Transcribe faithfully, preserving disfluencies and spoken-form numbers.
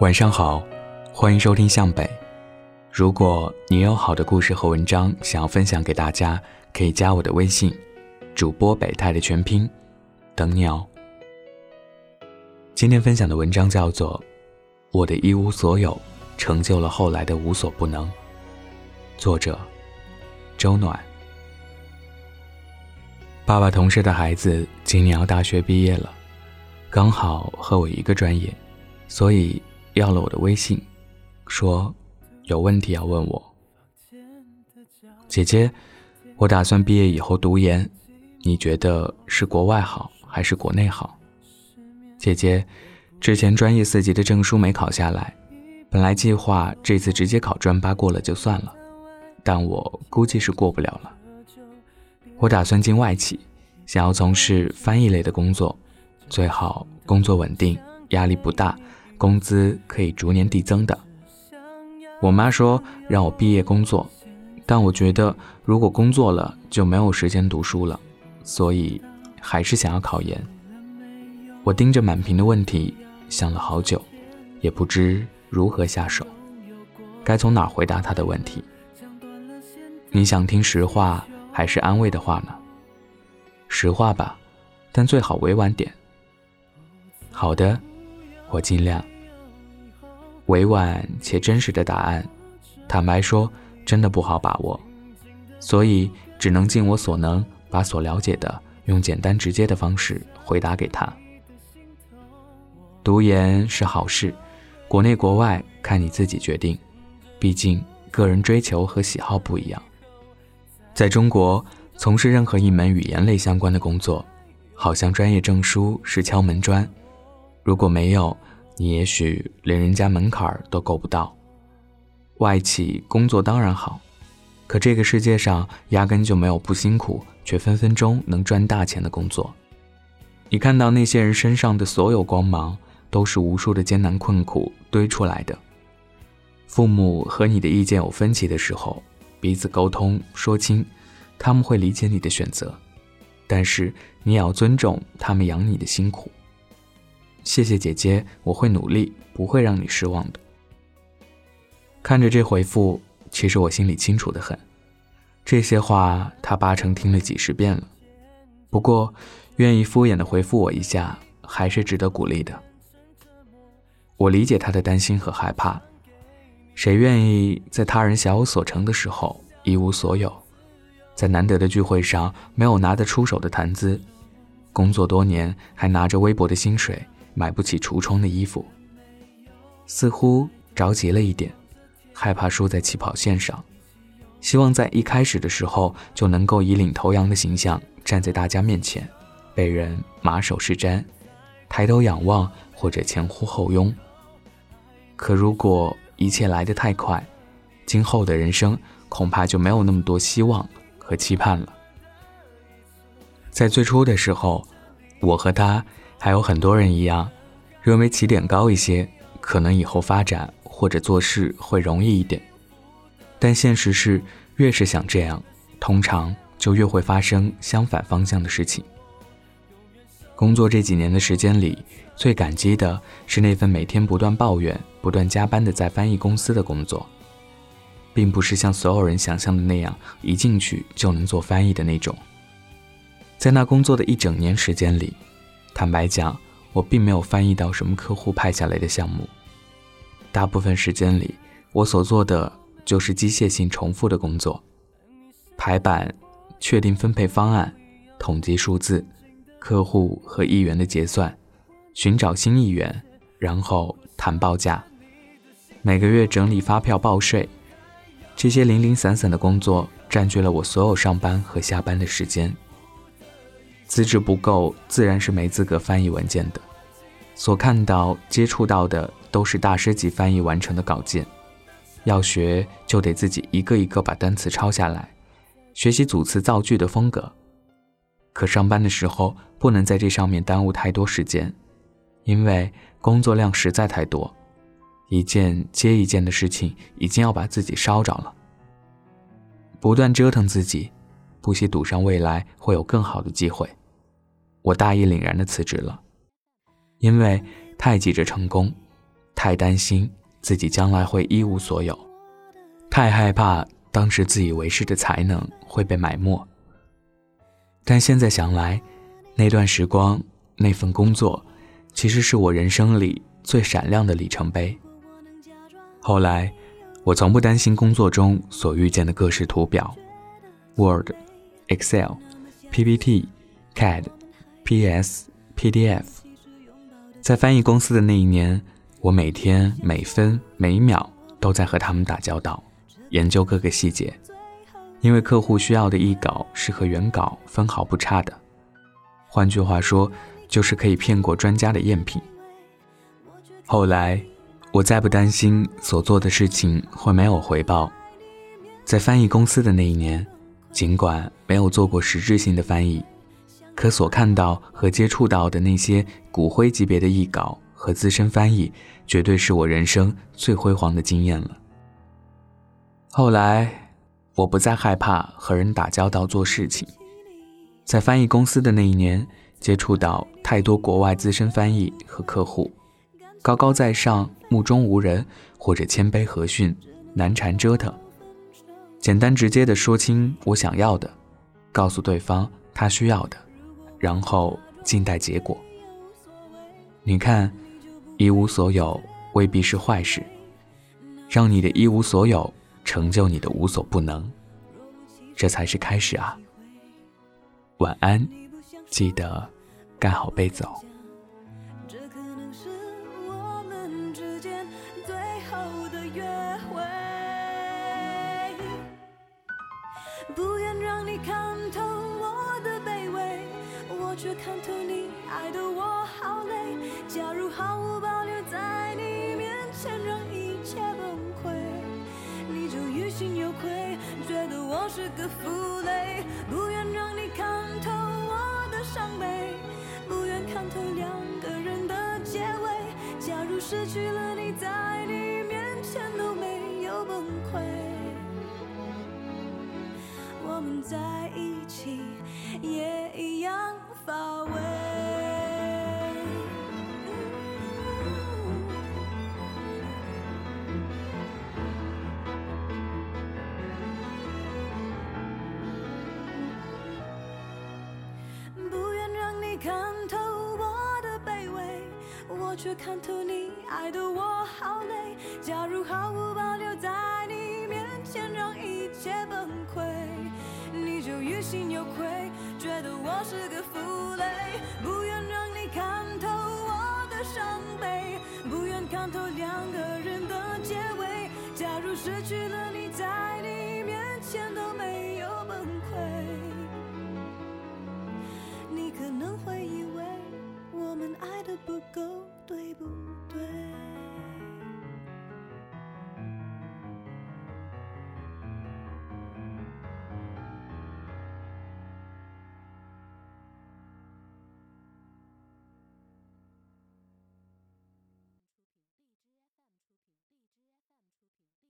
晚上好，欢迎收听向北。如果你有好的故事和文章想要分享给大家，可以加我的微信，主播北泰的全拼，等你哦。今天分享的文章叫做《我的一无所有成就了后来的无所不能》，作者周暖。爸爸同事的孩子今年要大学毕业了，刚好和我一个专业，所以要了我的微信，说有问题要问我。姐姐，我打算毕业以后读研，你觉得是国外好还是国内好？姐姐，之前专业四级的证书没考下来，本来计划这次直接考专八过了就算了，但我估计是过不了了。我打算进外企，想要从事翻译类的工作，最好工作稳定，压力不大，工资可以逐年递增的。我妈说让我毕业工作，但我觉得如果工作了就没有时间读书了，所以还是想要考研。我盯着满屏的问题想了好久，也不知如何下手，该从哪儿回答她的问题。你想听实话还是安慰的话呢？实话吧，但最好委婉点。好的，我尽量。委婉且真实的答案，坦白说真的不好把握，所以只能尽我所能把所了解的用简单直接的方式回答给他。读研是好事，国内国外看你自己决定，毕竟个人追求和喜好不一样。在中国，从事任何一门语言类相关的工作，好像专业证书是敲门砖，如果没有，你也许连人家门槛都够不到。外企工作当然好，可这个世界上压根就没有不辛苦却分分钟能赚大钱的工作。你看到那些人身上的所有光芒，都是无数的艰难困苦堆出来的。父母和你的意见有分歧的时候，彼此沟通说清，他们会理解你的选择，但是你也要尊重他们养你的辛苦。谢谢姐姐，我会努力，不会让你失望的。看着这回复，其实我心里清楚得很，这些话他八成听了几十遍了，不过愿意敷衍地回复我一下，还是值得鼓励的。我理解他的担心和害怕，谁愿意在他人小有所成的时候一无所有，在难得的聚会上没有拿得出手的谈资，工作多年还拿着微薄的薪水买不起橱窗的衣服，似乎着急了一点，害怕输在起跑线上，希望在一开始的时候就能够以领头羊的形象站在大家面前，被人马首是瞻，抬头仰望或者前呼后拥。可如果一切来得太快，今后的人生恐怕就没有那么多希望和期盼了。在最初的时候，我和他还有很多人一样，认为起点高一些，可能以后发展或者做事会容易一点。但现实是，越是想这样，通常就越会发生相反方向的事情。工作这几年的时间里，最感激的是那份每天不断抱怨、不断加班的在翻译公司的工作，并不是像所有人想象的那样，一进去就能做翻译的那种。在那工作的一整年时间里，坦白讲，我并没有翻译到什么客户派下来的项目，大部分时间里，我所做的就是机械性重复的工作，排版、确定分配方案、统计数字、客户和议员的结算、寻找新议员，然后谈报价，每个月整理发票报税。这些零零散散的工作占据了我所有上班和下班的时间。资质不够，自然是没资格翻译文件的，所看到接触到的都是大师级翻译完成的稿件，要学就得自己一个一个把单词抄下来，学习组词造句的风格。可上班的时候不能在这上面耽误太多时间，因为工作量实在太多，一件接一件的事情已经要把自己烧着了。不断折腾自己，不惜赌上未来会有更好的机会，我大义凛然地辞职了，因为太急着成功， 太担心自己将来会一无所有，太害怕当时自以为是的才能会被埋没。但现在想来，那段时光，那份工作，其实是我人生里最闪亮的里程碑。后来，我从不担心工作中所遇见的各式图表 ，Word、Excel、P P T、C A D、P S、P D F。在翻译公司的那一年，我每天每分每秒都在和他们打交道，研究各个细节，因为客户需要的译稿是和原稿分毫不差的，换句话说，就是可以骗过专家的赝品。后来，我再不担心所做的事情会没有回报。在翻译公司的那一年，尽管没有做过实质性的翻译，可所看到和接触到的那些骨灰级别的译稿和资深翻译，绝对是我人生最辉煌的经验了。后来，我不再害怕和人打交道做事情。在翻译公司的那一年，接触到太多国外资深翻译和客户，高高在上，目中无人，或者谦卑和驯，难缠折腾。简单直接地说清我想要的，告诉对方他需要的，然后静待结果。你看，一无所有未必是坏事，让你的一无所有成就你的无所不能，这才是开始啊。晚安，记得盖好被子哦。 这可能是我们之间最后的约会，不愿让你看透我的卑微，我却看透你爱的我好累。假如毫无保留在你面前让一切崩溃，你就于心有愧，觉得我是个负累。不愿让你看透我的伤悲，不愿看透两个人的结尾。假如失去了你，在你面前都没有崩溃，我们在一起也一样乏味。看透我的卑微，我却看透你爱的我好累。假如毫无保留在你面前让一切崩溃，你就于心有愧，觉得我是个负累。不愿让你看透我的伤悲，不愿看透两个人的结尾。假如失去了你，在你面前都